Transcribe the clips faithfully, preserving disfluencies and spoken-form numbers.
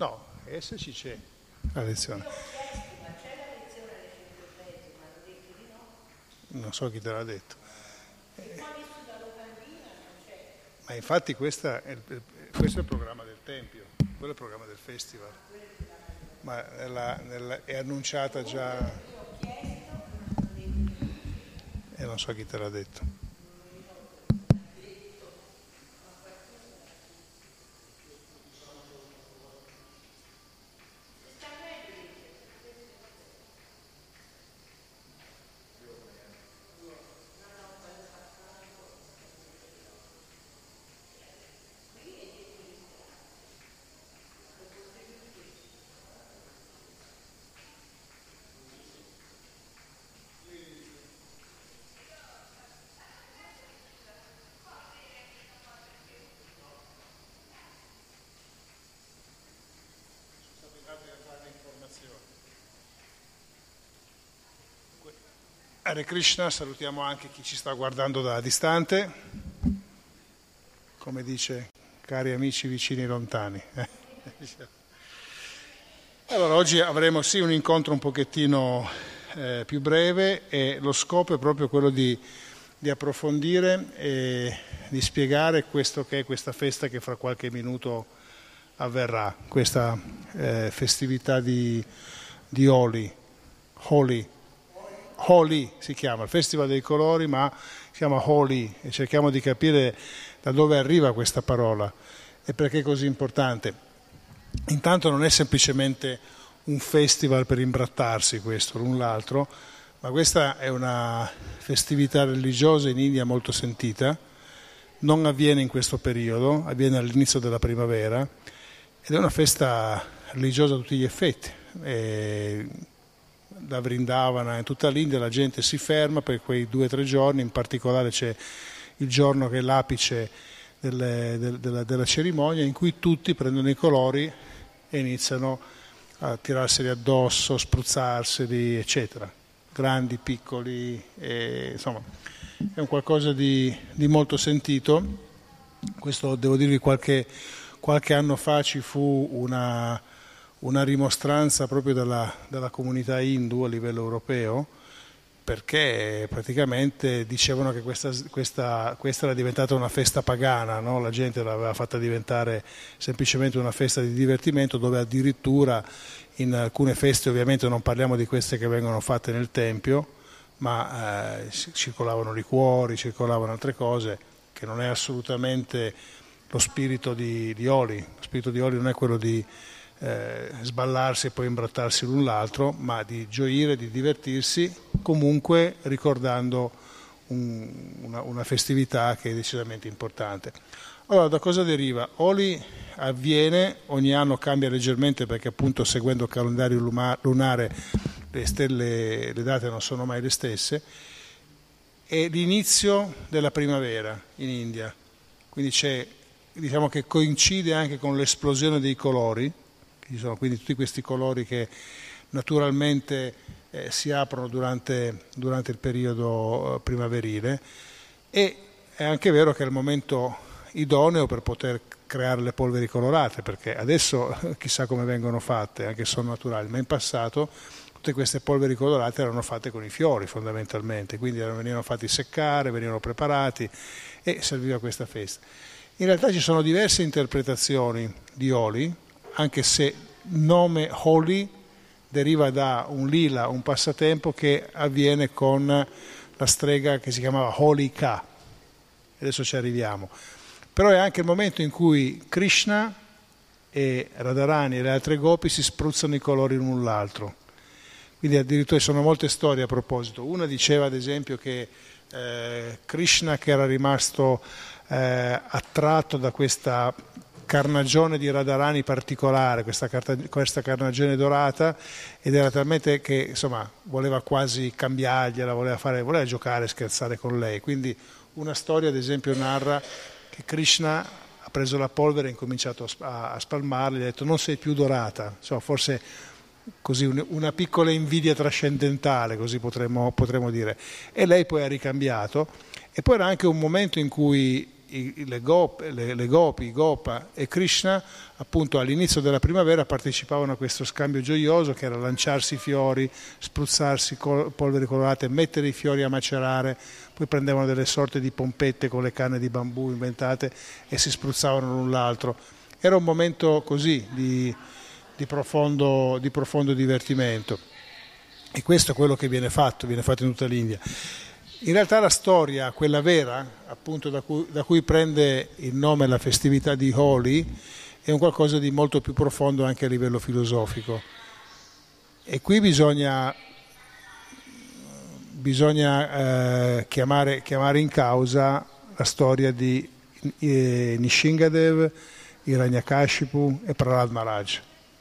No, esserci c'è la lezione. Non so chi te l'ha detto. Ma infatti questa è il, questo è il programma del Tempio, quello è il programma del festival. Ma nella, nella, è annunciata già. E non so chi te l'ha detto. Hare Krishna, salutiamo anche chi ci sta guardando da distante, come dice, cari amici vicini lontani. Allora, oggi avremo sì un incontro un pochettino eh, più breve e lo scopo è proprio quello di, di approfondire e di spiegare questo che è questa festa che fra qualche minuto avverrà, questa eh, festività di, di Holi, Holi. Holi si chiama, il Festival dei Colori, ma si chiama Holi e cerchiamo di capire da dove arriva questa parola e perché è così importante. Intanto non è semplicemente un festival per imbrattarsi questo l'un l'altro, ma questa è una festività religiosa in India molto sentita, non avviene in questo periodo, avviene all'inizio della primavera ed è una festa religiosa a tutti gli effetti. E da Vrindavana in tutta l'India la gente si ferma per quei due o tre giorni, in particolare c'è il giorno che è l'apice delle, del, della, della cerimonia in cui tutti prendono i colori e iniziano a tirarseli addosso, spruzzarseli, eccetera, grandi, piccoli, e, insomma è un qualcosa di, di molto sentito. Questo devo dirvi qualche, qualche anno fa ci fu una una rimostranza proprio dalla, dalla comunità hindu a livello europeo, perché praticamente dicevano che questa, questa, questa era diventata una festa pagana, no? La gente l'aveva fatta diventare semplicemente una festa di divertimento, dove addirittura in alcune feste, ovviamente non parliamo di queste che vengono fatte nel Tempio, ma eh, circolavano liquori, circolavano altre cose, che non è assolutamente lo spirito di, di Holi. Lo spirito di Holi non è quello di Eh, sballarsi e poi imbrattarsi l'un l'altro, ma di gioire, di divertirsi, comunque ricordando un, una, una festività che è decisamente importante. Allora, da cosa deriva? Holi avviene, ogni anno cambia leggermente perché appunto seguendo il calendario lunare le stelle, le date non sono mai le stesse, è l'inizio della primavera in India, quindi c'è, diciamo che coincide anche con l'esplosione dei colori. Ci sono quindi tutti questi colori che naturalmente eh, si aprono durante, durante il periodo eh, primaverile, e è anche vero che è il momento idoneo per poter creare le polveri colorate, perché adesso chissà come vengono fatte, anche se sono naturali, ma in passato tutte queste polveri colorate erano fatte con i fiori fondamentalmente, quindi venivano fatti seccare, venivano preparati e serviva questa festa. In realtà ci sono diverse interpretazioni di Holi, anche se il nome Holi deriva da un lila, un passatempo che avviene con la strega che si chiamava Holika. Adesso ci arriviamo. Però è anche il momento in cui Krishna e Radharani e le altre gopi si spruzzano i colori l'un l'altro. Quindi addirittura ci sono molte storie a proposito. Una diceva ad esempio che eh, Krishna, che era rimasto eh, attratto da questa carnagione di Radharani particolare, questa, carta, questa carnagione dorata, ed era talmente che insomma voleva quasi cambiargliela, voleva, fare, voleva giocare, scherzare con lei. Quindi una storia ad esempio narra che Krishna ha preso la polvere e ha incominciato a, a spalmarla, e ha detto non sei più dorata, insomma, forse così un, una piccola invidia trascendentale, così potremmo, potremmo dire, e lei poi ha ricambiato. E poi era anche un momento in cui i, le, gop, le, le gopi, Gopa e Krishna, appunto all'inizio della primavera partecipavano a questo scambio gioioso che era lanciarsi fiori, spruzzarsi col, polveri colorate, mettere i fiori a macerare, poi prendevano delle sorte di pompette con le canne di bambù inventate e si spruzzavano l'un l'altro. Era un momento così di, di, profondo, di profondo divertimento, e questo è quello che viene fatto, viene fatto in tutta l'India. In realtà la storia, quella vera, appunto da cui, da cui prende il nome la festività di Holi, è un qualcosa di molto più profondo anche a livello filosofico. E qui bisogna, bisogna eh, chiamare, chiamare in causa la storia di eh, Nishingadev, Hiranyakashipu e Prahlad Maharaj.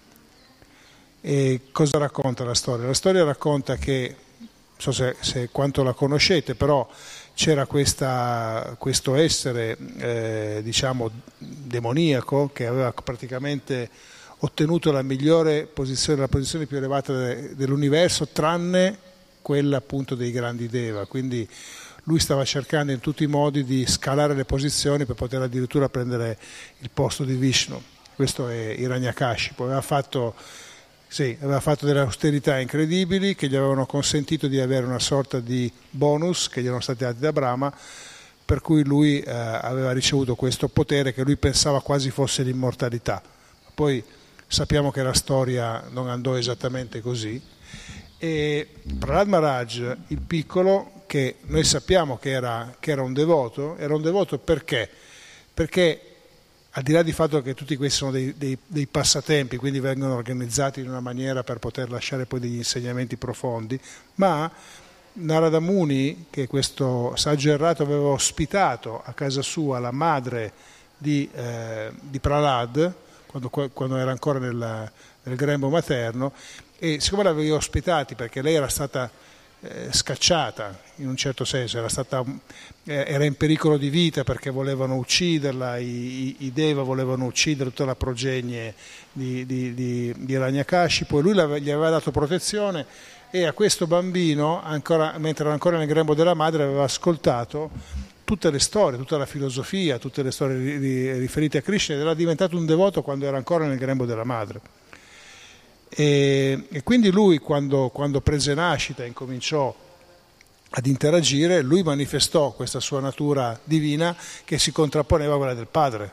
E cosa racconta la storia? La storia racconta che, non so se, se quanto la conoscete, però c'era questa, questo essere eh, diciamo demoniaco che aveva praticamente ottenuto la migliore posizione, la posizione più elevata de, dell'universo, tranne quella appunto dei grandi Deva. Quindi lui stava cercando in tutti i modi di scalare le posizioni per poter addirittura prendere il posto di Vishnu. Questo è Hiranyakashipu. Aveva fatto Sì, aveva fatto delle austerità incredibili che gli avevano consentito di avere una sorta di bonus che gli erano stati dati da Brahma, per cui lui eh, aveva ricevuto questo potere che lui pensava quasi fosse l'immortalità. Poi sappiamo che la storia non andò esattamente così. E Prahlad Maharaj, il piccolo, che noi sappiamo che era, che era un devoto, era un devoto perché? Perché al di là di fatto che tutti questi sono dei, dei, dei passatempi, quindi vengono organizzati in una maniera per poter lasciare poi degli insegnamenti profondi, ma Narada Muni, che questo saggio errato aveva ospitato a casa sua la madre di, eh, di Prahlad, quando, quando era ancora nel, nel grembo materno, e siccome l'aveva ospitati perché lei era stata Eh, scacciata in un certo senso, era, stata, eh, era in pericolo di vita perché volevano ucciderla, i, i, i Deva volevano uccidere tutta la progenie di, di, di, di Hiranyakashipu, e lui gli aveva dato protezione, e a questo bambino, ancora, mentre era ancora nel grembo della madre, aveva ascoltato tutte le storie, tutta la filosofia, tutte le storie riferite a Krishna, ed era diventato un devoto quando era ancora nel grembo della madre. E, e quindi lui quando, quando prese nascita e incominciò ad interagire, lui manifestò questa sua natura divina che si contrapponeva a quella del padre.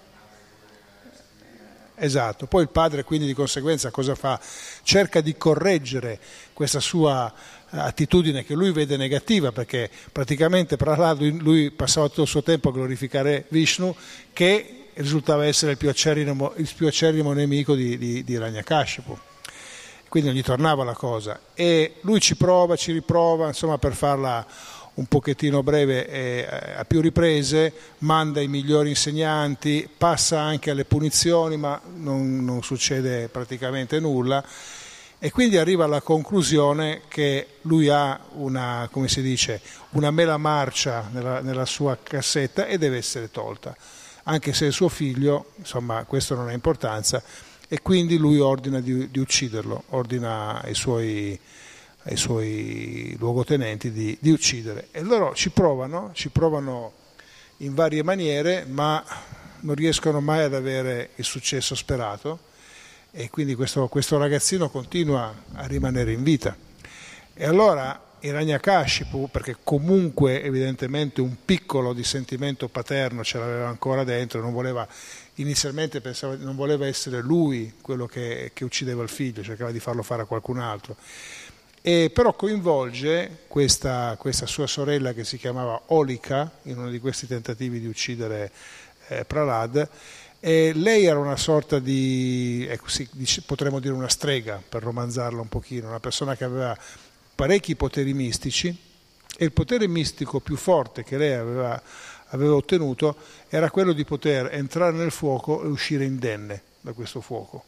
Esatto, poi il padre quindi di conseguenza cosa fa? Cerca di correggere questa sua attitudine che lui vede negativa, perché praticamente Prahlad lui, lui passava tutto il suo tempo a glorificare Vishnu, che risultava essere il più acerrimo, il più acerrimo nemico di, di, di Hiranyakashipu. Quindi non gli tornava la cosa, e lui ci prova, ci riprova, insomma, per farla un pochettino breve, eh, a più riprese, manda i migliori insegnanti, passa anche alle punizioni, ma non, non succede praticamente nulla, e quindi arriva alla conclusione che lui ha una, come si dice, una mela marcia nella, nella sua cassetta e deve essere tolta, anche se è suo figlio, insomma questo non ha importanza, e quindi lui ordina di, di ucciderlo, ordina ai suoi, ai suoi luogotenenti di, di uccidere. E loro ci provano, ci provano in varie maniere, ma non riescono mai ad avere il successo sperato, e quindi questo, questo ragazzino continua a rimanere in vita. E allora Hiranyakashipu, perché comunque evidentemente un piccolo di sentimento paterno ce l'aveva ancora dentro, non voleva, inizialmente pensava, non voleva essere lui quello che, che uccideva il figlio, cercava di farlo fare a qualcun altro, e però coinvolge questa, questa sua sorella che si chiamava Holika in uno di questi tentativi di uccidere eh, Prahlad, e lei era una sorta di, ecco, sì, potremmo dire una strega per romanzarla un pochino, una persona che aveva parecchi poteri mistici, e il potere mistico più forte che lei aveva, aveva ottenuto era quello di poter entrare nel fuoco e uscire indenne da questo fuoco.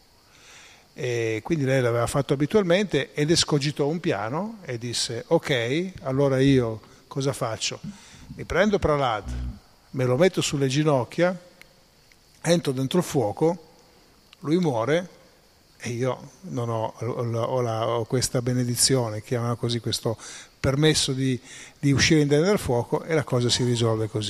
E quindi lei l'aveva fatto abitualmente, ed escogitò un piano e disse: ok, allora io cosa faccio? Mi prendo Prahlad, me lo metto sulle ginocchia, entro dentro il fuoco, lui muore, e io non ho, ho, ho, la, ho questa benedizione, chiamano così, questo permesso di, di uscire indenne dal fuoco, e la cosa si risolve così.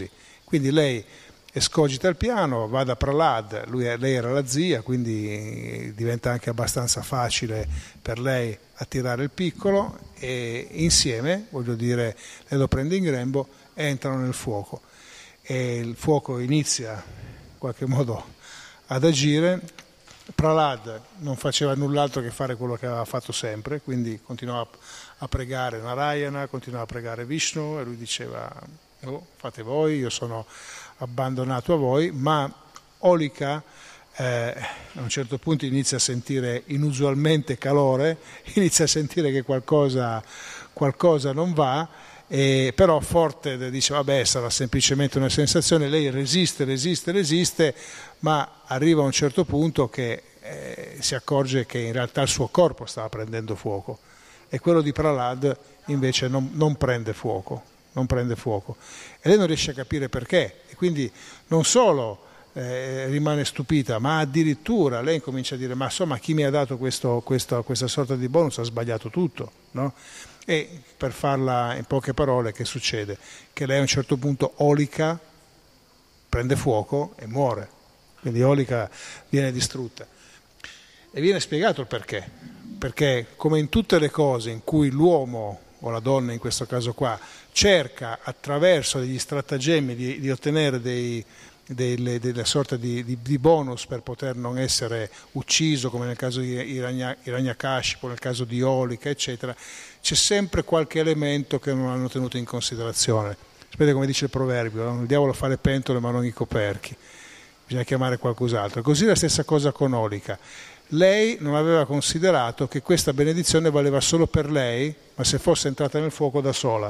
Quindi lei escogita il piano, va da Prahlad, lui, lei era la zia, quindi diventa anche abbastanza facile per lei attirare il piccolo, e insieme, voglio dire, lei lo prende in grembo, entrano nel fuoco e il fuoco inizia in qualche modo ad agire. Prahlad non faceva null'altro che fare quello che aveva fatto sempre, quindi continuava a pregare Narayana, continuava a pregare Vishnu, e lui diceva: oh, fate voi, io sono abbandonato a voi. Ma Holika eh, a un certo punto inizia a sentire inusualmente calore, inizia a sentire che qualcosa, qualcosa non va, e però forte dice vabbè, sarà semplicemente una sensazione. Lei resiste, resiste, resiste, ma arriva a un certo punto che eh, si accorge che in realtà il suo corpo stava prendendo fuoco, e quello di Prahlad invece non, non prende fuoco, non prende fuoco, e lei non riesce a capire perché, e quindi non solo eh, rimane stupita, ma addirittura lei comincia a dire: ma insomma, chi mi ha dato questo, questo, questa sorta di bonus ha sbagliato tutto, no? E per farla in poche parole, che succede? Che lei a un certo punto, Holika, prende fuoco e muore, quindi Holika viene distrutta, e viene spiegato il perché, perché come in tutte le cose in cui l'uomo, o la donna in questo caso qua, cerca attraverso degli stratagemmi di, di ottenere dei, delle, delle sorte di, di, di bonus per poter non essere ucciso, come nel caso di Hiranyakashipu, nel caso di Holika, eccetera, c'è sempre qualche elemento che non hanno tenuto in considerazione. Sapete come dice il proverbio, no? Il diavolo fa le pentole ma non i coperchi, bisogna chiamare qualcos'altro. Così la stessa cosa con Holika. Lei non aveva considerato che questa benedizione valeva solo per lei, ma se fosse entrata nel fuoco da sola.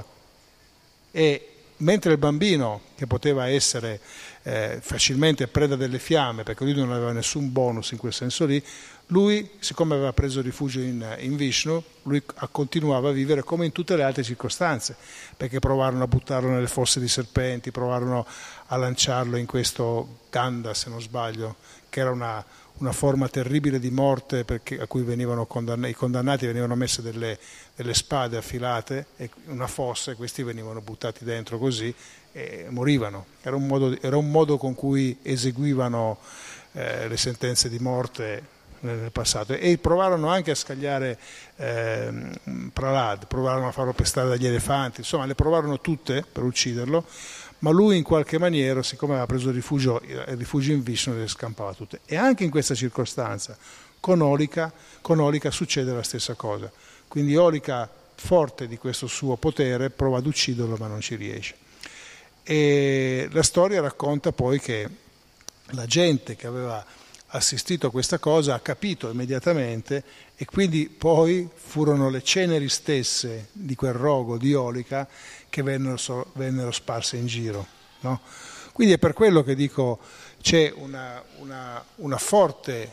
E mentre il bambino, che poteva essere eh, facilmente preda delle fiamme, perché lui non aveva nessun bonus in quel senso lì, lui, siccome aveva preso rifugio in, in Vishnu, lui continuava a vivere come in tutte le altre circostanze, perché provarono a buttarlo nelle fosse di serpenti, provarono a lanciarlo in questo Ganda, se non sbaglio, che era una, una forma terribile di morte, perché, a cui venivano condannati, i condannati venivano messe delle, delle spade affilate, e una fossa, e questi venivano buttati dentro così e morivano. Era un modo, era un modo con cui eseguivano eh, le sentenze di morte nel passato, e provarono anche a scagliare eh, Prahlad, provarono a farlo pestare dagli elefanti, insomma le provarono tutte per ucciderlo, ma lui in qualche maniera, siccome aveva preso rifugio, il rifugio in Vishnu, le scampava tutte. E anche in questa circostanza con Holika, con Holika succede la stessa cosa, quindi Holika, forte di questo suo potere, prova ad ucciderlo ma non ci riesce. E la storia racconta poi che la gente che aveva assistito a questa cosa ha capito immediatamente, e quindi poi furono le ceneri stesse di quel rogo di Holika che vennero, vennero sparse in giro, no? Quindi è per quello che dico c'è una, una, una forte,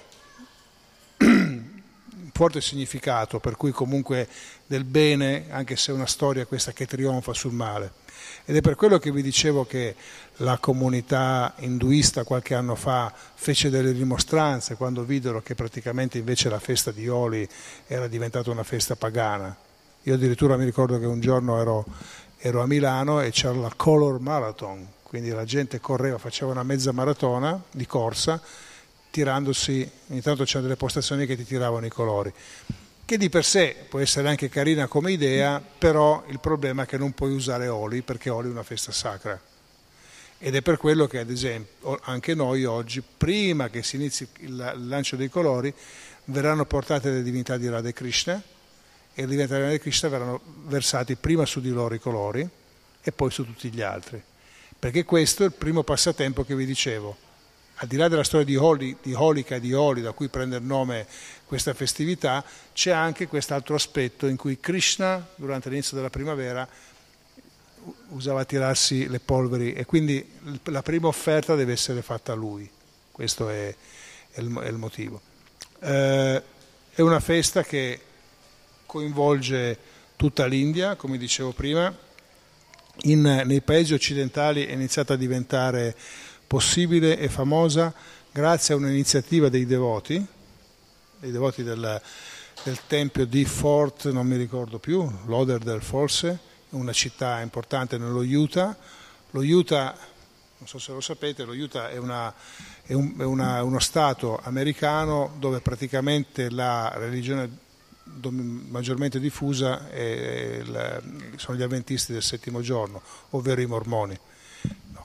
forte significato, per cui comunque del bene, anche se è una storia questa che trionfa sul male. Ed è per quello che vi dicevo che la comunità induista qualche anno fa fece delle dimostranze quando videro che praticamente invece la festa di Holi era diventata una festa pagana. Io addirittura mi ricordo che un giorno ero, ero a Milano e c'era la Color Marathon, quindi la gente correva, faceva una mezza maratona di corsa, tirandosi, ogni tanto c'erano delle postazioni che ti tiravano i colori, che di per sé può essere anche carina come idea, però il problema è che non puoi usare Holi, perché Holi è una festa sacra. Ed è per quello che, ad esempio, anche noi oggi, prima che si inizi il lancio dei colori, verranno portate le divinità di Radha e Krishna, e le divinità di Radha e Krishna verranno versati prima su di loro i colori e poi su tutti gli altri. Perché questo è il primo passatempo che vi dicevo. Al di là della storia di, Holi, di Holika e di Holi, da cui prende il nome questa festività, c'è anche quest'altro aspetto in cui Krishna, durante l'inizio della primavera, usava a tirarsi le polveri, e quindi la prima offerta deve essere fatta a lui. Questo è, è, il, è il motivo. Eh, è una festa che coinvolge tutta l'India, come dicevo prima. In, nei paesi occidentali è iniziata a diventare possibile e famosa grazie a un'iniziativa dei devoti, dei devoti del, del tempio di Fort, non mi ricordo più, Lauderdale forse, una città importante nello Utah. Lo Utah non so se lo sapete, lo Utah è, una, è, un, è una, uno stato americano dove praticamente la religione maggiormente diffusa è, è la, sono gli avventisti del settimo giorno, ovvero i mormoni. No.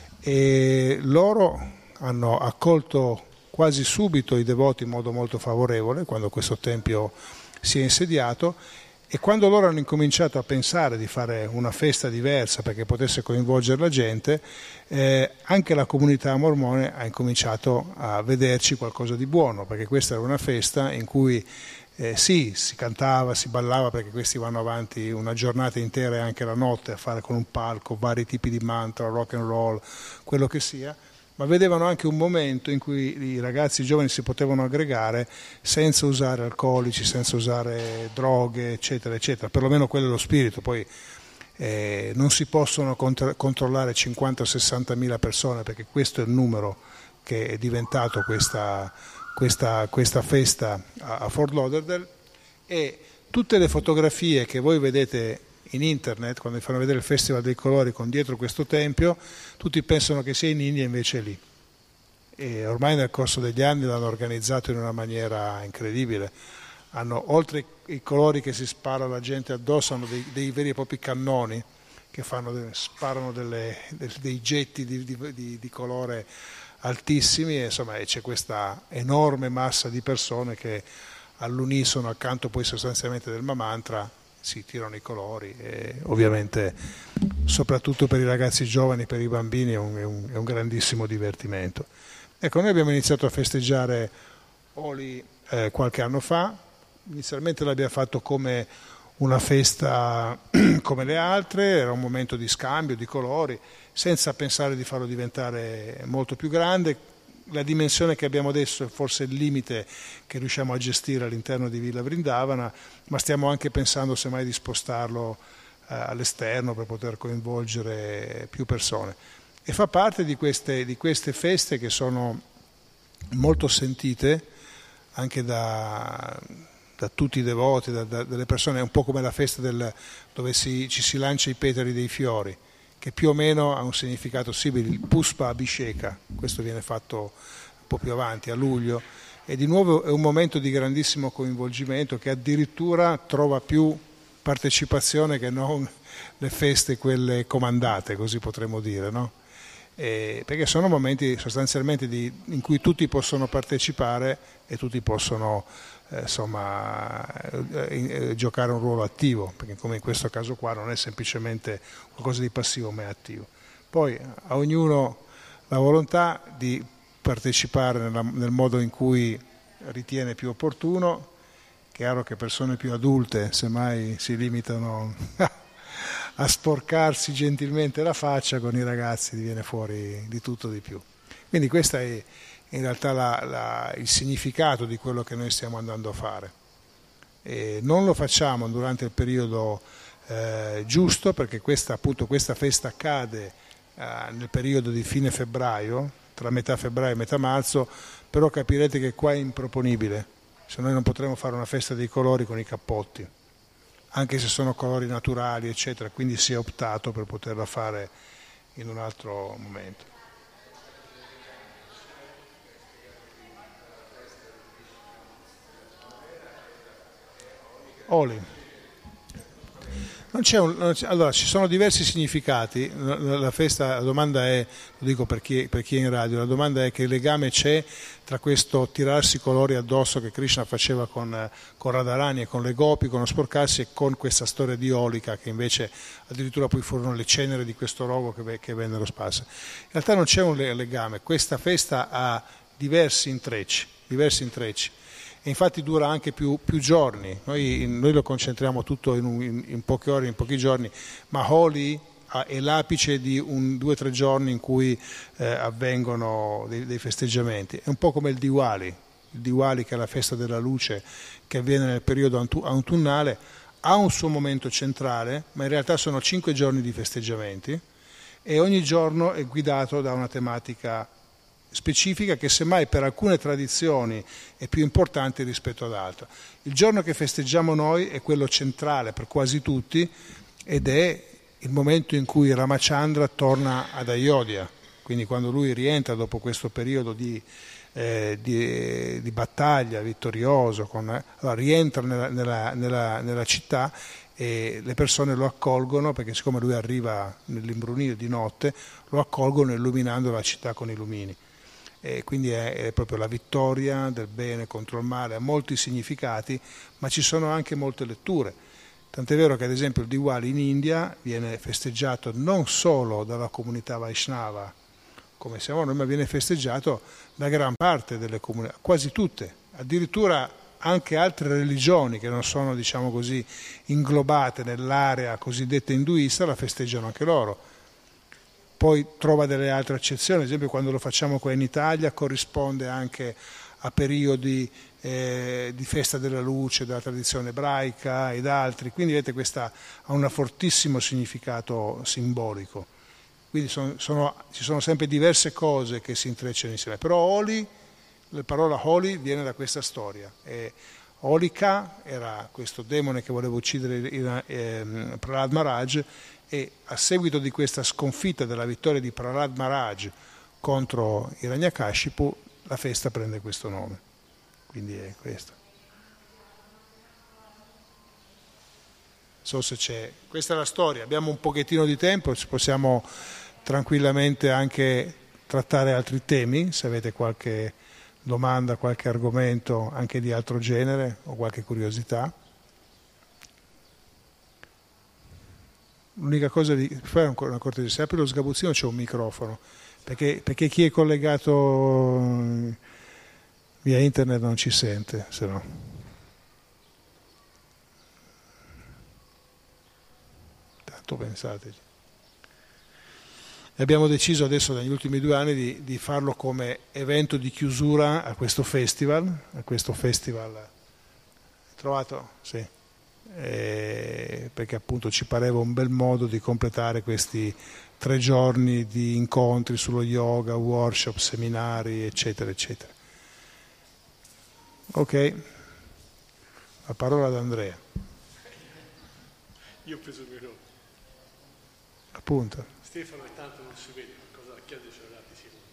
E loro hanno accolto quasi subito i devoti in modo molto favorevole quando questo tempio si è insediato, e quando loro hanno incominciato a pensare di fare una festa diversa perché potesse coinvolgere la gente, eh, anche la comunità mormone ha incominciato a vederci qualcosa di buono, perché questa era una festa in cui eh, sì, si cantava, si ballava, perché questi vanno avanti una giornata intera e anche la notte a fare con un palco vari tipi di mantra, rock and roll, quello che sia, ma vedevano anche un momento in cui i ragazzi giovani si potevano aggregare senza usare alcolici, senza usare droghe, eccetera, eccetera. Perlomeno quello è lo spirito. Poi eh, non si possono contro- controllare cinquanta o sessanta mila persone, perché questo è il numero che è diventato questa, questa, questa festa a, a Fort Lauderdale, e tutte le fotografie che voi vedete in internet, quando vi fanno vedere il Festival dei Colori con dietro questo tempio, tutti pensano che sia in India, invece è lì. E ormai nel corso degli anni l'hanno organizzato in una maniera incredibile. Hanno, oltre i colori che si spara la gente addosso, hanno dei, dei veri e propri cannoni che fanno, sparano delle, dei getti di, di, di colore altissimi, e insomma e c'è questa enorme massa di persone che all'unisono, accanto poi sostanzialmente del Mamantra, si tirano i colori, e ovviamente soprattutto per i ragazzi giovani, per i bambini è un, è un, è un grandissimo divertimento. Ecco, noi abbiamo iniziato a festeggiare Holi eh, qualche anno fa. Inizialmente l'abbiamo fatto come una festa come le altre, era un momento di scambio di colori, senza pensare di farlo diventare molto più grande. La dimensione che abbiamo adesso è forse il limite che riusciamo a gestire all'interno di Villa Vrindavana, ma stiamo anche pensando semmai di spostarlo eh, all'esterno per poter coinvolgere più persone. E fa parte di queste, di queste feste che sono molto sentite anche da, da tutti i devoti, da, da, delle persone. È un po' come la festa del, dove si, ci si lancia i petali dei fiori, che più o meno ha un significato simile, il Puspa Abhisheka. Questo viene fatto un po' più avanti, a luglio, e di nuovo è un momento di grandissimo coinvolgimento che addirittura trova più partecipazione che non le feste quelle comandate, così potremmo dire, no? E perché sono momenti sostanzialmente di, in cui tutti possono partecipare e tutti possono eh, insomma eh, eh, giocare un ruolo attivo, perché come in questo caso qua non è semplicemente qualcosa di passivo ma è attivo. Poi a ognuno la volontà di partecipare nella, nel modo in cui ritiene più opportuno. Chiaro che persone più adulte semmai si limitano a sporcarsi gentilmente la faccia, con i ragazzi viene fuori di tutto di più. Quindi questo è in realtà la, la, il significato di quello che noi stiamo andando a fare. E non lo facciamo durante il periodo eh, giusto, perché questa, appunto, questa festa accade eh, nel periodo di fine febbraio, tra metà febbraio e metà marzo, però capirete che qua è improponibile, se noi non potremo fare una festa dei colori con i cappotti, anche se sono colori naturali, eccetera, quindi si è optato per poterla fare in un altro momento. Holi. Non c'è un, non c'è, allora, ci sono diversi significati. La, la festa, la domanda è, lo dico per chi, per chi è in radio, la domanda è che legame c'è tra questo tirarsi colori addosso che Krishna faceva con, con Radharani e con le gopi, con lo sporcarsi, e con questa storia di Holika, che invece addirittura poi furono le ceneri di questo rogo che, che vennero sparse. In realtà non c'è un legame, questa festa ha diversi intrecci, diversi intrecci. E infatti dura anche più, più giorni. Noi, noi lo concentriamo tutto in, un, in, in poche ore, in pochi giorni, ma Holi è l'apice di un, due o tre giorni in cui eh, avvengono dei, dei festeggiamenti. È un po' come il Diwali, il Diwali che è la festa della luce che avviene nel periodo autunnale, ha un suo momento centrale, ma in realtà sono cinque giorni di festeggiamenti e ogni giorno è guidato da una tematica specifica che semmai per alcune tradizioni è più importante rispetto ad altre. Il giorno che festeggiamo noi è quello centrale per quasi tutti ed è il momento in cui Ramachandra torna ad Ayodhya, quindi quando lui rientra dopo questo periodo di, eh, di, di battaglia vittorioso, con, allora rientra nella, nella, nella, nella città e le persone lo accolgono, perché siccome lui arriva nell'imbrunire di notte, lo accolgono illuminando la città con i lumini. E quindi è, è proprio la vittoria del bene contro il male, ha molti significati, ma ci sono anche molte letture. Tant'è vero che ad esempio il Diwali in India viene festeggiato non solo dalla comunità Vaishnava, come siamo noi, ma viene festeggiato da gran parte delle comunità, quasi tutte, addirittura anche altre religioni che non sono, diciamo così, inglobate nell'area cosiddetta induista la festeggiano anche loro. Poi trova delle altre eccezioni, ad esempio quando lo facciamo qua in Italia corrisponde anche a periodi eh, di festa della luce, della tradizione ebraica ed altri, quindi vedete questa ha un fortissimo significato simbolico. Quindi sono, sono, ci sono sempre diverse cose che si intrecciano insieme, però Holi, la parola Holi viene da questa storia. E Holika era questo demone che voleva uccidere eh, Prahlad Maharaj, e a seguito di questa sconfitta della vittoria di Prahlad Maharaj contro Hiranyakashipu la festa prende questo nome, quindi è questo. Non so se c'è, questa è la storia, abbiamo un pochettino di tempo, ci possiamo tranquillamente anche trattare altri temi, se avete qualche domanda, qualche argomento anche di altro genere o qualche curiosità. L'unica cosa di fare una cortesia, se apri lo sgabuzzino c'è un microfono, perché, perché chi è collegato via internet non ci sente, se no. Tanto pensateci. E abbiamo deciso adesso negli ultimi due anni di, di farlo come evento di chiusura a questo festival, a questo festival. Hai trovato? Sì. Eh, perché appunto ci pareva un bel modo di completare questi tre giorni di incontri sullo yoga, workshop, seminari, eccetera, eccetera. Ok, la parola ad Andrea. Io ho preso il microfono. Appunto. Stefano, intanto non si vede, qualcosa da chiedere ce l'ha di sicuro.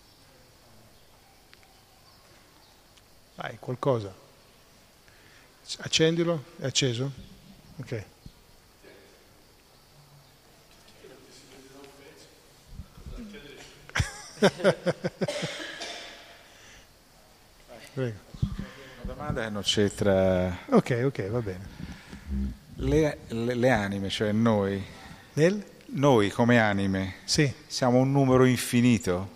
Vai, qualcosa. Accendilo, è acceso? Ok. Prego. Una domanda che non c'entra. Ok, ok, va bene. Le, le, le anime, cioè noi, Nel? noi come anime, Sì. siamo un numero infinito?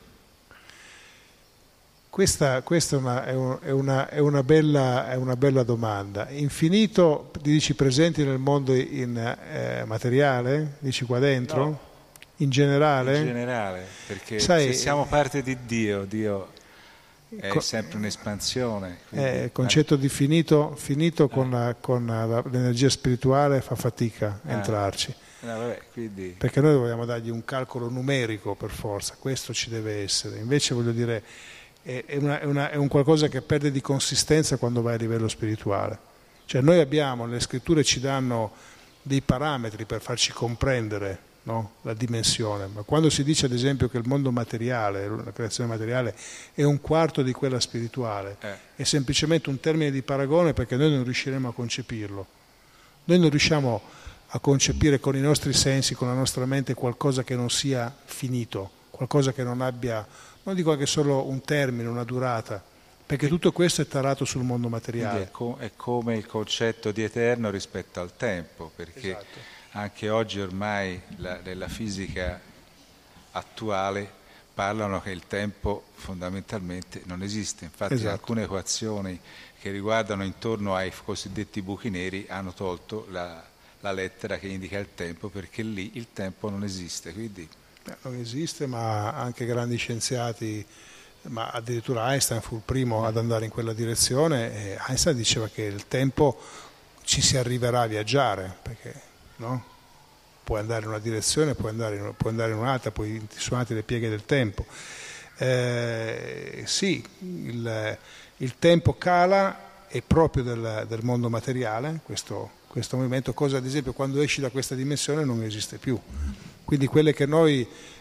Questa, questa è, una, è, un, è, una, è, una bella, è una bella domanda. Infinito, dici presenti nel mondo in eh, materiale? Dici qua dentro? No. In generale? In generale, perché Sai, se siamo parte di Dio, Dio è co- sempre un'espansione. Eh, il concetto di finito, finito con, la, con la, l'energia spirituale fa fatica a Ah. entrarci. No, vabbè, quindi... Perché noi vogliamo dargli un calcolo numerico per forza, questo ci deve essere. Invece voglio dire, è, è, una, è, una, è un qualcosa che perde di consistenza quando vai a livello spirituale. Cioè noi abbiamo, le scritture ci danno dei parametri per farci comprendere, no? La dimensione, ma quando si dice ad esempio che il mondo materiale, la creazione materiale è un quarto di quella spirituale, Eh. è semplicemente un termine di paragone, perché noi non riusciremo a concepirlo. Noi non riusciamo a concepire con i nostri sensi, con la nostra mente, qualcosa che non sia finito, qualcosa che non abbia, non dico anche solo un termine, una durata, perché tutto questo è tarato sul mondo materiale. È, co- è come il concetto di eterno rispetto al tempo, perché Esatto. anche oggi ormai la, nella fisica attuale parlano che il tempo fondamentalmente non esiste. Infatti Esatto. alcune equazioni che riguardano intorno ai cosiddetti buchi neri hanno tolto la, la lettera che indica il tempo, perché lì il tempo non esiste. Quindi... Non esiste, ma anche grandi scienziati, ma addirittura Einstein fu il primo ad andare in quella direzione, e Einstein diceva che il tempo ci si arriverà a viaggiare, perché no? Puoi andare in una direzione, puoi andare in, puoi andare in un'altra, poi ti sono le pieghe del tempo. Eh, sì, il, il tempo cala, è proprio del, del mondo materiale, questo, questo movimento, cosa ad esempio quando esci da questa dimensione non esiste più. Quindi quelle che noi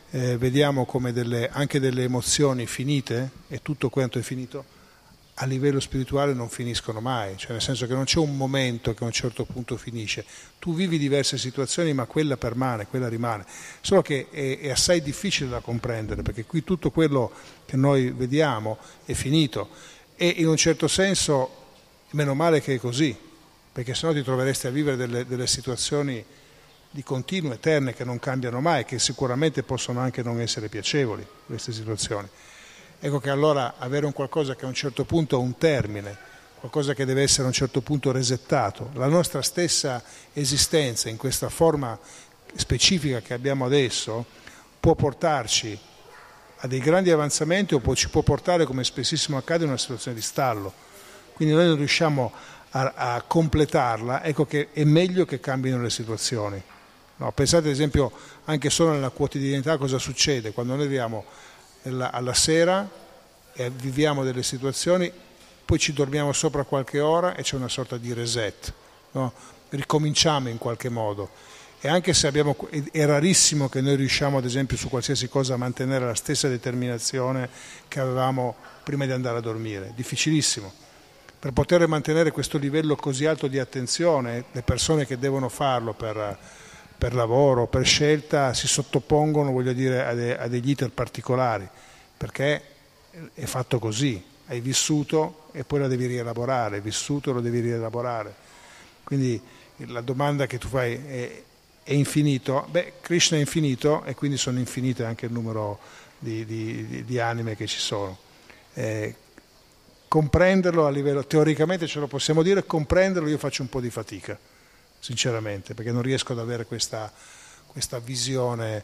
eh, vediamo come delle, anche delle emozioni finite, e tutto quanto è finito, a livello spirituale non finiscono mai, cioè nel senso che non c'è un momento che a un certo punto finisce. Tu vivi diverse situazioni, ma quella permane, quella rimane, solo che è, è assai difficile da comprendere, perché qui tutto quello che noi vediamo è finito, e in un certo senso meno male che è così, perché sennò ti troveresti a vivere delle, delle situazioni di continuo, eterne, che non cambiano mai, che sicuramente possono anche non essere piacevoli, queste situazioni. Ecco che allora avere un qualcosa che a un certo punto ha un termine, qualcosa che deve essere a un certo punto resettato, la nostra stessa esistenza in questa forma specifica che abbiamo adesso può portarci a dei grandi avanzamenti o può, ci può portare, come spessissimo accade, a una situazione di stallo. Quindi noi non riusciamo a, a completarla, ecco che è meglio che cambino le situazioni. No, pensate ad esempio anche solo nella quotidianità cosa succede quando noi arriviamo alla sera e viviamo delle situazioni, poi ci dormiamo sopra qualche ora e c'è una sorta di reset, no? Ricominciamo in qualche modo, e anche se abbiamo, è rarissimo che noi riusciamo ad esempio su qualsiasi cosa a mantenere la stessa determinazione che avevamo prima di andare a dormire, difficilissimo. Per poter mantenere questo livello così alto di attenzione, le persone che devono farlo per per lavoro, per scelta, si sottopongono, voglio dire, a, de, a degli iter particolari, perché è fatto così, hai vissuto e poi la devi rielaborare, hai vissuto e lo devi rielaborare. Quindi la domanda che tu fai è, è infinito? Beh, Krishna è infinito e quindi sono infinite anche il numero di, di, di anime che ci sono. Eh, comprenderlo a livello, teoricamente ce lo possiamo dire, comprenderlo io faccio un po' di fatica, sinceramente, perché non riesco ad avere questa, questa visione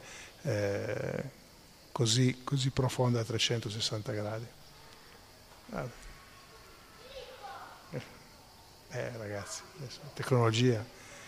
eh, così, così profonda a trecentosessanta gradi. Ah. Eh ragazzi, adesso, tecnologia.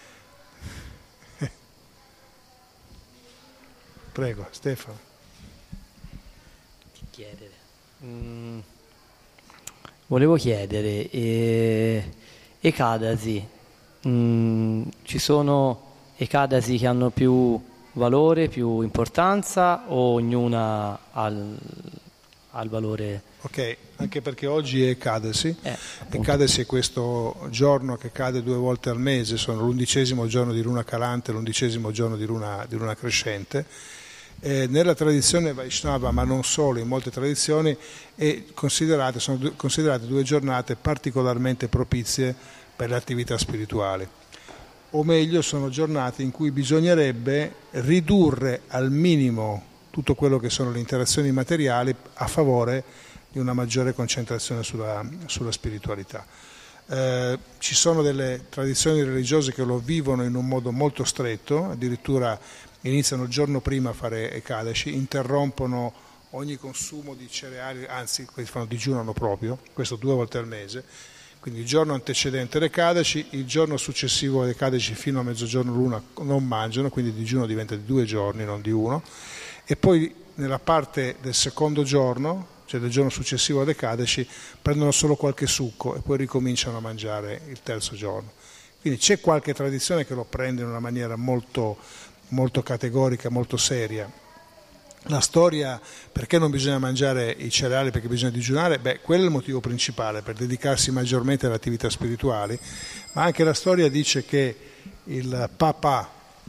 Prego, Stefano. Che chiedere? Mm, volevo chiedere, eh, Ekadasi. Mm, ci sono Ekadasi che hanno più valore, più importanza, o ognuna ha il, ha il valore? Ok, anche perché oggi è Ekadasi. Eh, Ekadasi è questo giorno che cade due volte al mese, sono l'undicesimo giorno di luna calante e l'undicesimo giorno di luna, di luna crescente. Eh, nella tradizione Vaishnava, ma non solo, in molte tradizioni, è considerate, sono due, considerate due giornate particolarmente propizie per le attività spirituali, o meglio sono giornate in cui bisognerebbe ridurre al minimo tutto quello che sono le interazioni materiali a favore di una maggiore concentrazione sulla, sulla spiritualità. Eh, ci sono delle tradizioni religiose che lo vivono in un modo molto stretto, addirittura iniziano il giorno prima a fare Ekadashi, interrompono ogni consumo di cereali, anzi quelli fanno digiunano proprio, questo due volte al mese. Quindi il giorno antecedente l'Ekadashi, il giorno successivo all'Ekadashi fino a mezzogiorno l'una non mangiano, quindi il digiuno diventa di due giorni, non di uno, e poi nella parte del secondo giorno, cioè del giorno successivo all'Ekadashi, prendono solo qualche succo e poi ricominciano a mangiare il terzo giorno. Quindi c'è qualche tradizione che lo prende in una maniera molto, molto categorica, molto seria. La storia, perché non bisogna mangiare i cereali, perché bisogna digiunare, beh, quello è il motivo principale, per dedicarsi maggiormente alle attività spirituali, ma anche la storia dice che il Papa,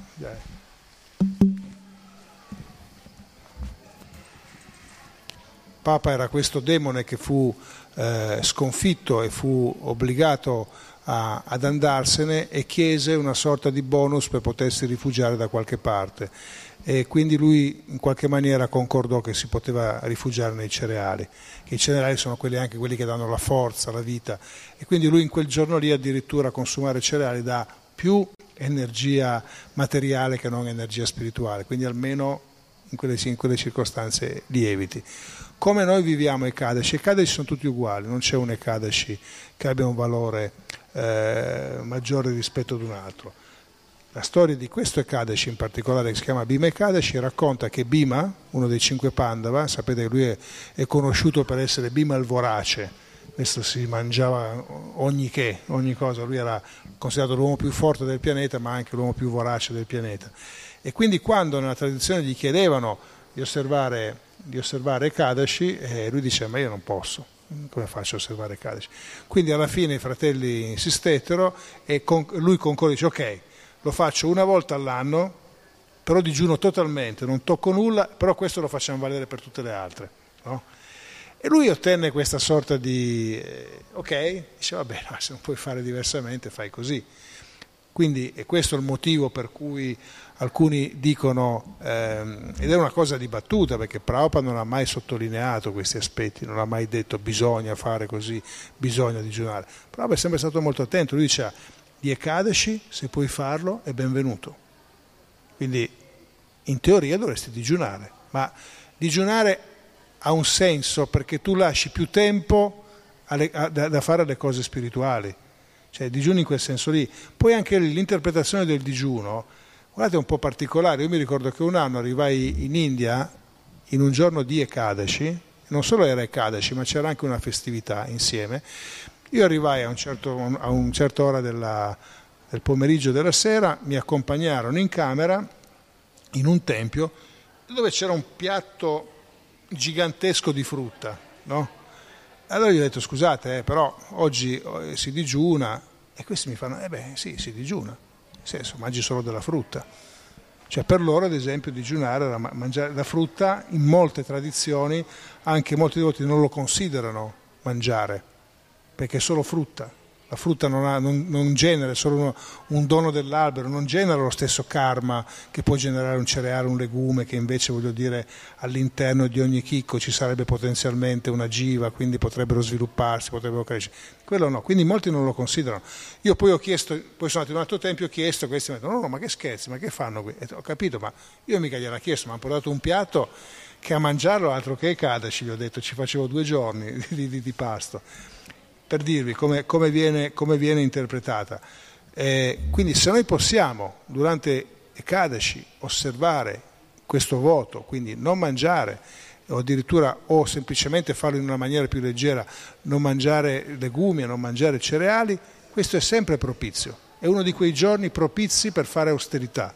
Papa era questo demone che fu eh, sconfitto e fu obbligato a, ad andarsene, e chiese una sorta di bonus per potersi rifugiare da qualche parte. E quindi lui in qualche maniera concordò che si poteva rifugiare nei cereali, che i cereali sono quelli anche quelli che danno la forza, la vita, e quindi lui in quel giorno lì addirittura consumare cereali dà più energia materiale che non energia spirituale, quindi almeno in quelle, in quelle circostanze li eviti. Come noi viviamo Ekadashi? Ekadashi sono tutti uguali, non c'è un Ekadashi che abbia un valore eh, maggiore rispetto ad un altro. La storia di questo Ekadashi in particolare, che si chiama Bhima Ekadashi, racconta che Bhima, uno dei cinque Pandava, sapete che lui è, è conosciuto per essere Bhima il vorace, questo si mangiava ogni che, ogni cosa, lui era considerato l'uomo più forte del pianeta, ma anche l'uomo più vorace del pianeta. E quindi quando nella tradizione gli chiedevano di osservare, di osservare Ekadashi, e lui dice ma io non posso, come faccio a osservare Ekadashi? Quindi alla fine i fratelli insistettero e con, lui concorde, dice ok, lo faccio una volta all'anno, però digiuno totalmente, non tocco nulla, però questo lo facciamo valere per tutte le altre, no? E lui ottenne questa sorta di eh, ok, dice vabbè, no, se non puoi fare diversamente fai così. Quindi è questo il motivo per cui alcuni dicono, ehm, ed è una cosa dibattuta perché Prabhupada non ha mai sottolineato questi aspetti, non ha mai detto bisogna fare così, bisogna digiunare. Prabhupada è sempre stato molto attento, lui diceva di Ekadashi, se puoi farlo è benvenuto. Quindi in teoria dovresti digiunare, ma digiunare ha un senso perché tu lasci più tempo alle, a, da, da fare le cose spirituali. Cioè digiuni in quel senso lì. Poi anche l'interpretazione del digiuno, guardate, è un po' particolare. Io mi ricordo che un anno arrivai in India in un giorno di Ekadashi, non solo era Ekadashi ma c'era anche una festività insieme. Io arrivai a un certo, a un certo ora della, del pomeriggio della sera, mi accompagnarono in camera in un tempio dove c'era un piatto gigantesco di frutta, no? Allora gli ho detto scusate, eh, però oggi si digiuna, e questi mi fanno, eh beh sì, si digiuna, nel senso mangi solo della frutta. Cioè per loro ad esempio digiunare era mangiare la frutta, in molte tradizioni anche molti devoti non lo considerano mangiare, perché è solo frutta. La frutta non, ha, non, non genera, è solo uno, un dono dell'albero, non genera lo stesso karma che può generare un cereale, un legume, che invece, voglio dire, all'interno di ogni chicco ci sarebbe potenzialmente una jiva, quindi potrebbero svilupparsi, potrebbero crescere. Quello no, quindi molti non lo considerano. Io poi ho chiesto, poi sono andato in un altro tempio, ho chiesto, questi mi hanno detto no, no, ma che scherzi, ma che fanno qui? E ho capito, ma io mica gliel'ho chiesto, mi hanno portato un piatto che a mangiarlo altro che Ekadashi, gli ho detto, ci facevo due giorni di, di, di pasto. Per dirvi come, come, viene, come viene interpretata. Eh, quindi se noi possiamo durante Ekadashi osservare questo voto, quindi non mangiare o addirittura o semplicemente farlo in una maniera più leggera, non mangiare legumi e non mangiare cereali, questo è sempre propizio, è uno di quei giorni propizi per fare austerità.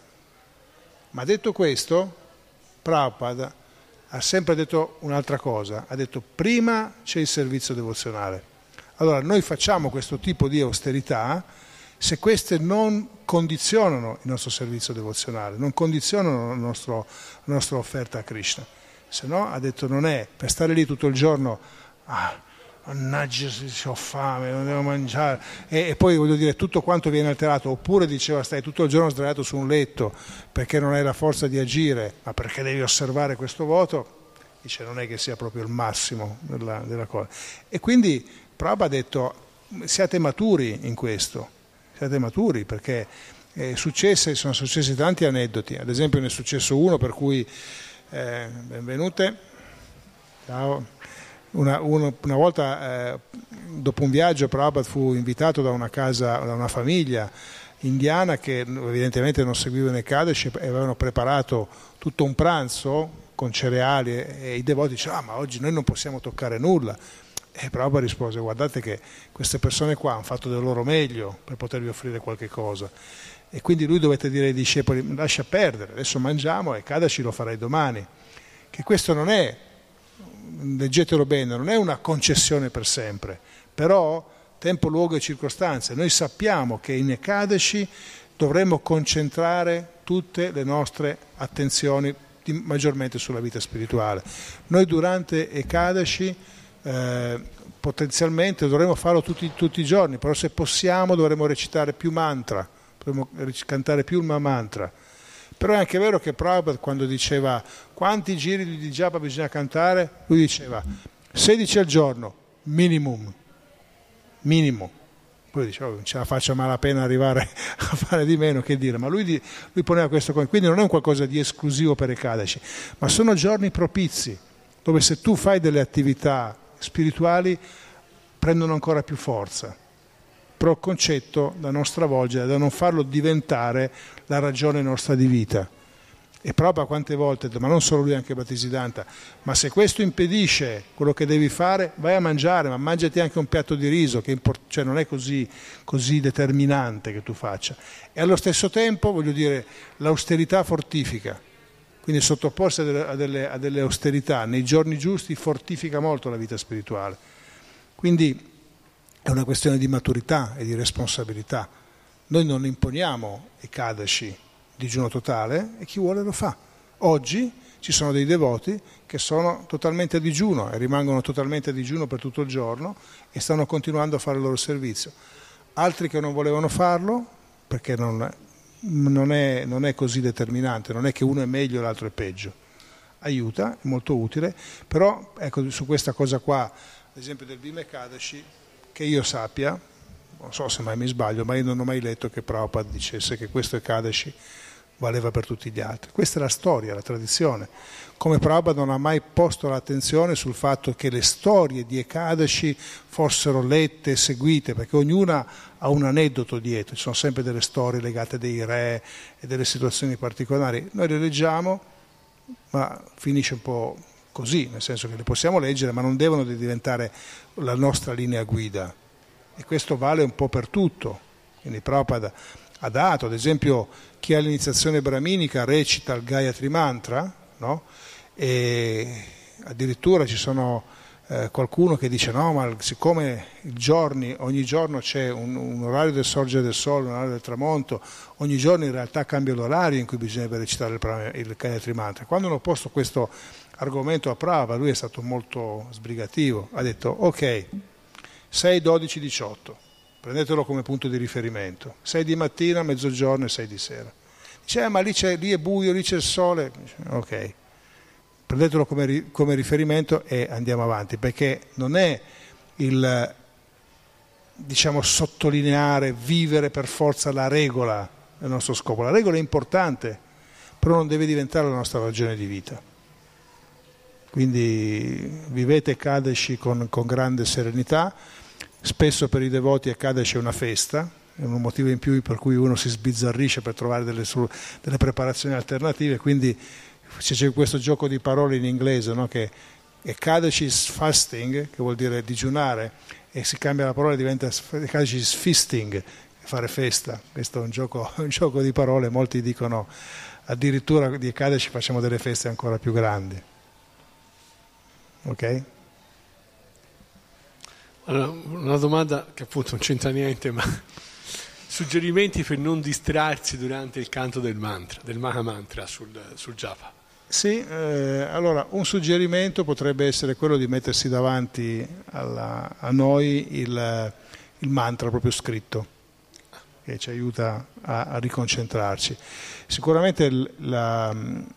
Ma detto questo, Prabhupada ha sempre detto un'altra cosa, ha detto prima c'è il servizio devozionale. Allora noi facciamo questo tipo di austerità se queste non condizionano il nostro servizio devozionale, non condizionano il nostro, la nostra offerta a Krishna. Se no, ha detto, non è per stare lì tutto il giorno, ah, mannaggia, ho fame, non devo mangiare, e, e poi voglio dire tutto quanto viene alterato, oppure diceva stai tutto il giorno sdraiato su un letto perché non hai la forza di agire, ma perché devi osservare questo voto, dice non è che sia proprio il massimo della, della cosa. E quindi Prabhupada ha detto siate maturi in questo, siate maturi perché è successe, sono successi tanti aneddoti, ad esempio ne è successo uno per cui, eh, benvenute, ciao, una, uno, una volta eh, dopo un viaggio Prabhupada fu invitato da una casa, da una famiglia indiana che evidentemente non seguivano Ekadashi e avevano preparato tutto un pranzo con cereali e, e i devoti dicevano ah ma oggi noi non possiamo toccare nulla. E Prabhupada rispose guardate che queste persone qua hanno fatto del loro meglio per potervi offrire qualche cosa e quindi lui dovete dire ai discepoli lascia perdere, adesso mangiamo e Ekadashi lo farai domani, che questo non è, leggetelo bene, non è una concessione per sempre, però tempo, luogo e circostanze, noi sappiamo che in Ekadashi dovremmo concentrare tutte le nostre attenzioni maggiormente sulla vita spirituale. Noi durante Ekadashi Eh, potenzialmente dovremmo farlo tutti, tutti i giorni, però se possiamo dovremmo recitare più mantra, dovremmo cantare più una mantra. Però è anche vero che Prabhupada quando diceva quanti giri di japa bisogna cantare, lui diceva sedici al giorno minimum, minimo. Poi diceva oh, non ce la faccio a malapena arrivare a fare di meno, che dire, ma lui, lui poneva questo, quindi non è un qualcosa di esclusivo per Ekadashi, ma sono giorni propizi dove se tu fai delle attività spirituali prendono ancora più forza, però il concetto da non stravolgere, da non farlo diventare la ragione nostra di vita. E proprio quante volte, ma non solo lui, anche Bhaktisiddhanta, ma se questo impedisce quello che devi fare, vai a mangiare, ma mangiati anche un piatto di riso, che import- cioè non è così, così determinante che tu faccia. E allo stesso tempo, voglio dire, l'austerità fortifica. Quindi sottoporsi a delle, a, delle, a delle austerità nei giorni giusti fortifica molto la vita spirituale. Quindi è una questione di maturità e di responsabilità. Noi non imponiamo Ekadashi, digiuno totale, e chi vuole lo fa. Oggi ci sono dei devoti che sono totalmente a digiuno e rimangono totalmente a digiuno per tutto il giorno e stanno continuando a fare il loro servizio. Altri che non volevano farlo perché non, non, è, non è così determinante, non è che uno è meglio e l'altro è peggio. Aiuta, è molto utile, però ecco, su questa cosa qua, ad esempio del Bhima Ekadashi, che io sappia, non so se mai mi sbaglio, ma io non ho mai letto che Prabhupada dicesse che questo Ekadashi valeva per tutti gli altri. Questa è la storia, la tradizione. Come Prabhupada non ha mai posto l'attenzione sul fatto che le storie di Ekadashi fossero lette e seguite, perché ognuna ha un aneddoto dietro, ci sono sempre delle storie legate dei re e delle situazioni particolari. Noi le leggiamo, ma finisce un po' così, nel senso che le possiamo leggere, ma non devono diventare la nostra linea guida. E questo vale un po' per tutto. Quindi Prabhupada ha dato, ad esempio, chi ha l'iniziazione brahminica recita il Gayatri Mantra, no? E addirittura ci sono eh, qualcuno che dice no, ma siccome i giorni, ogni giorno c'è un, un orario del sorgere del sole, un orario del tramonto, ogni giorno in realtà cambia l'orario in cui bisognerebbe recitare il, il Gayatri Mantra. Quando hanno posto questo argomento a Prabhupada, lui è stato molto sbrigativo, ha detto ok, sei, dodici, diciotto, prendetelo come punto di riferimento, sei di mattina, mezzogiorno e sei di sera. Dice, eh, ma lì, c'è, lì è buio, lì c'è il sole. Dice, ok, prendetelo come, come riferimento e andiamo avanti, perché non è il, diciamo, sottolineare, vivere per forza la regola il nostro scopo. La regola è importante, però non deve diventare la nostra ragione di vita. Quindi vivete Ekadashi con, con grande serenità. Spesso per i devoti Ekadashi è una festa, è un motivo in più per cui uno si sbizzarrisce per trovare delle, delle preparazioni alternative, quindi c'è questo gioco di parole in inglese, no? Che Ekadashi is fasting, che vuol dire digiunare, e si cambia la parola e diventa Ekadashi is feasting, fare festa. Questo è un gioco, un gioco di parole, molti dicono addirittura di Ekadashi facciamo delle feste ancora più grandi. Ok? Allora, una domanda che appunto non c'entra niente, ma suggerimenti per non distrarsi durante il canto del mantra, del Maha Mantra sul, sul japa. Sì, eh, allora un suggerimento potrebbe essere quello di mettersi davanti alla, a noi il, il mantra proprio scritto, che ci aiuta a, a riconcentrarci. Sicuramente la,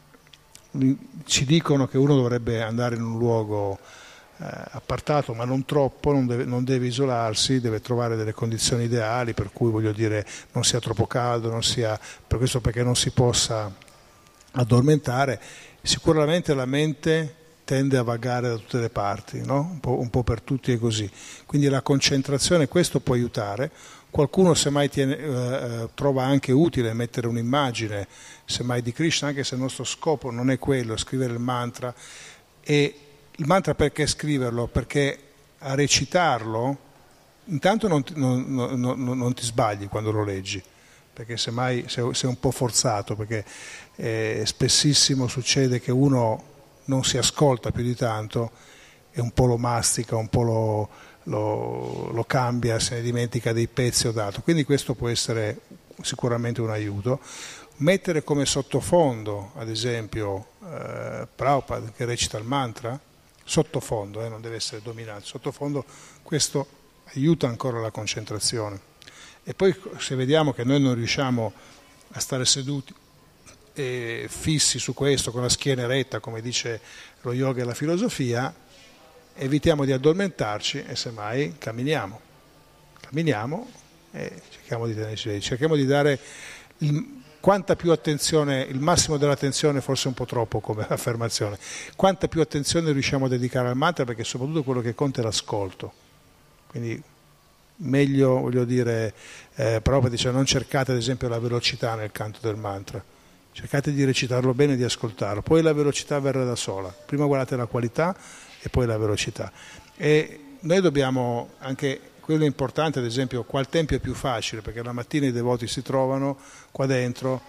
ci dicono che uno dovrebbe andare in un luogo eh, appartato, ma non troppo, non deve, non deve isolarsi, deve trovare delle condizioni ideali, per cui voglio dire non sia troppo caldo, non sia, per questo perché non si possa addormentare. Sicuramente la mente tende a vagare da tutte le parti, no? un po', un po' per tutti è così, quindi la concentrazione, questo può aiutare. Qualcuno semmai tiene, eh, trova anche utile mettere un'immagine semmai di Krishna, anche se il nostro scopo non è quello, scrivere il mantra. E il mantra perché scriverlo? Perché a recitarlo intanto non ti, non, non, non, non ti sbagli quando lo leggi, perché semmai sei, sei un po' forzato, perché eh, spessissimo succede che uno non si ascolta più di tanto e un po' lo mastica, un po' lo, lo, lo cambia, se ne dimentica dei pezzi o dato. Quindi questo può essere sicuramente un aiuto. Mettere come sottofondo, ad esempio, eh, Prabhupada che recita il mantra, sottofondo, eh, non deve essere dominante, sottofondo, questo aiuta ancora la concentrazione. E poi se vediamo che noi non riusciamo a stare seduti e fissi su questo, con la schiena eretta, come dice lo yoga e la filosofia, evitiamo di addormentarci e semmai camminiamo. Camminiamo e cerchiamo di tenerci svegli, cerchiamo di dare il, quanta più attenzione, il massimo dell'attenzione, forse un po' troppo come affermazione, quanta più attenzione riusciamo a dedicare al mantra, perché soprattutto quello che conta è l'ascolto. Quindi meglio, voglio dire, eh, proprio dice, non cercate ad esempio la velocità nel canto del mantra, cercate di recitarlo bene e di ascoltarlo, poi la velocità verrà da sola, prima guardate la qualità e poi la velocità. E noi dobbiamo anche, quello è importante, ad esempio qua il tempio è più facile perché la mattina i devoti si trovano qua dentro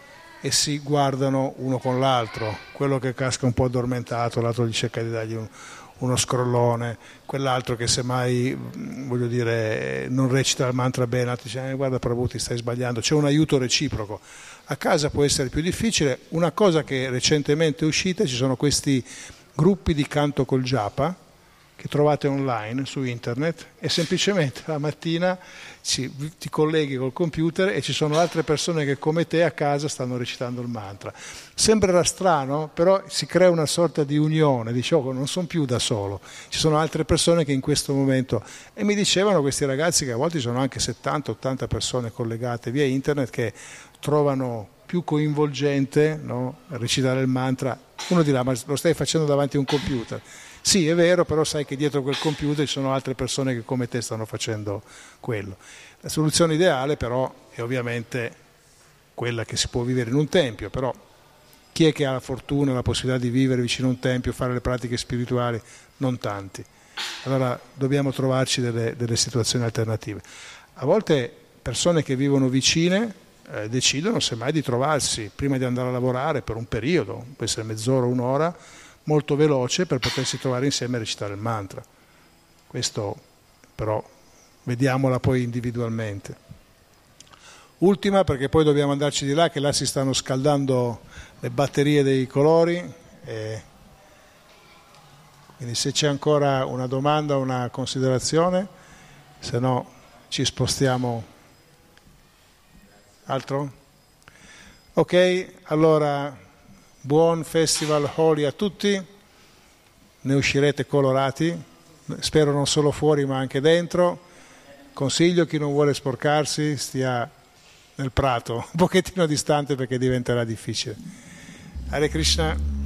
e si guardano uno con l'altro, quello che casca un po' addormentato, l'altro gli cerca di dargli un, uno scrollone, quell'altro che semmai, voglio dire, non recita il mantra bene, l'altro dice eh, guarda Prabhu ti stai sbagliando, c'è un aiuto reciproco. A casa può essere più difficile. Una cosa che recentemente è uscita, ci sono questi gruppi di canto col japa che trovate online su internet e semplicemente la mattina ci, ti colleghi col computer e ci sono altre persone che come te a casa stanno recitando il mantra. Sembrerà strano, però si crea una sorta di unione, dice oh, non sono più da solo, ci sono altre persone che in questo momento, e mi dicevano questi ragazzi che a volte ci sono anche settanta ottanta persone collegate via internet che trovano più coinvolgente, no, recitare il mantra. Uno dirà ma lo stai facendo davanti a un computer? Sì, è vero, però sai che dietro quel computer ci sono altre persone che come te stanno facendo quello. La soluzione ideale però è ovviamente quella che si può vivere in un tempio, però chi è che ha la fortuna e la possibilità di vivere vicino a un tempio, fare le pratiche spirituali? Non tanti. Allora dobbiamo trovarci delle, delle situazioni alternative. A volte persone che vivono vicine eh, decidono semmai di trovarsi prima di andare a lavorare per un periodo, può essere mezz'ora, un'ora, molto veloce per potersi trovare insieme e recitare il mantra. Questo però vediamola poi individualmente. Ultima, perché poi dobbiamo andarci di là, che là si stanno scaldando le batterie dei colori, e quindi se c'è ancora una domanda o una considerazione, se no ci spostiamo. Altro? Ok, allora buon festival Holi a tutti, ne uscirete colorati, spero non solo fuori ma anche dentro. Consiglio chi non vuole sporcarsi stia nel prato, un pochettino distante perché diventerà difficile. Hare Krishna.